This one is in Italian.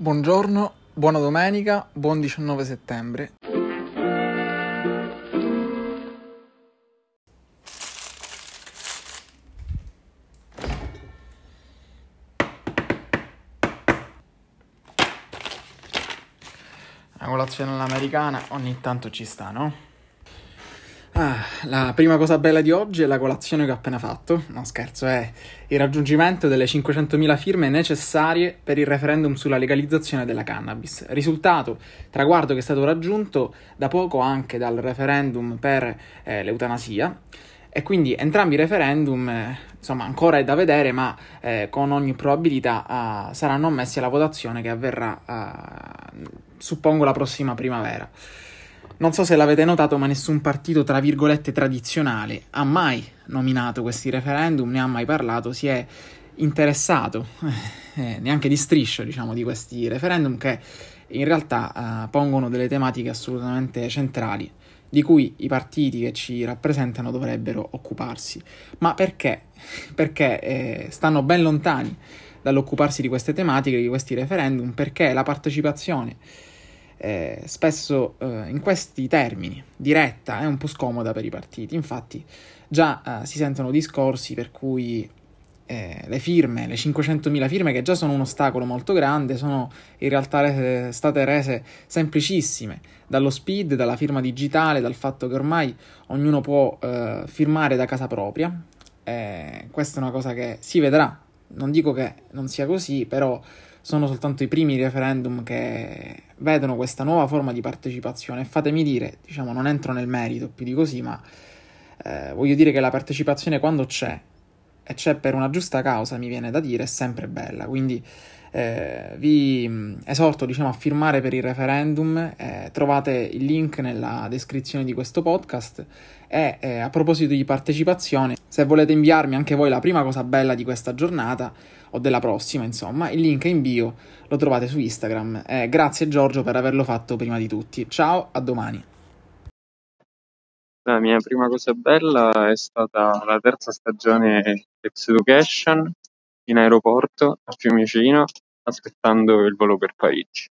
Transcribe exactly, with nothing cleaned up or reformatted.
Buongiorno, buona domenica, buon diciannove settembre. La colazione all'americana ogni tanto ci sta, no? Ah, la prima cosa bella di oggi è la colazione che ho appena fatto. No, scherzo, è il raggiungimento delle cinquecentomila firme necessarie per il referendum sulla legalizzazione della cannabis. Risultato, traguardo che è stato raggiunto da poco anche dal referendum per eh, l'eutanasia. E quindi entrambi i referendum, eh, insomma, ancora è da vedere, ma eh, con ogni probabilità eh, saranno ammessi alla votazione che avverrà, eh, suppongo, la prossima primavera. Non so se l'avete notato, ma nessun partito, tra virgolette, tradizionale ha mai nominato questi referendum, ne ha mai parlato, si è interessato, eh, neanche di striscio, diciamo, di questi referendum che in realtà eh, pongono delle tematiche assolutamente centrali, di cui i partiti che ci rappresentano dovrebbero occuparsi. Ma perché? Perché eh, stanno ben lontani dall'occuparsi di queste tematiche, di questi referendum, perché la partecipazione eh, spesso eh, in questi termini, diretta, è un po' scomoda per i partiti. Infatti già eh, si sentono discorsi per cui eh, le firme, le cinquecentomila firme, che già sono un ostacolo molto grande, sono in realtà rese, state rese semplicissime dallo speed, dalla firma digitale, dal fatto che ormai ognuno può eh, firmare da casa propria. Eh, questa è una cosa che si vedrà, non dico che non sia così, però sono soltanto i primi referendum che vedono questa nuova forma di partecipazione. E fatemi dire, diciamo, non entro nel merito più di così, ma eh, voglio dire che la partecipazione, quando c'è, e c'è per una giusta causa, mi viene da dire, è sempre bella. Quindi eh, vi esorto, diciamo, a firmare per il referendum. Eh, trovate il link nella descrizione di questo podcast. E eh, a proposito di partecipazione, se volete inviarmi anche voi la prima cosa bella di questa giornata o della prossima, insomma, il link è in bio, lo trovate su Instagram. Eh, grazie Giorgio per averlo fatto prima di tutti. Ciao, a domani. La mia prima cosa bella è stata la terza stagione Sex Education in aeroporto a Fiumicino, aspettando il volo per Parigi.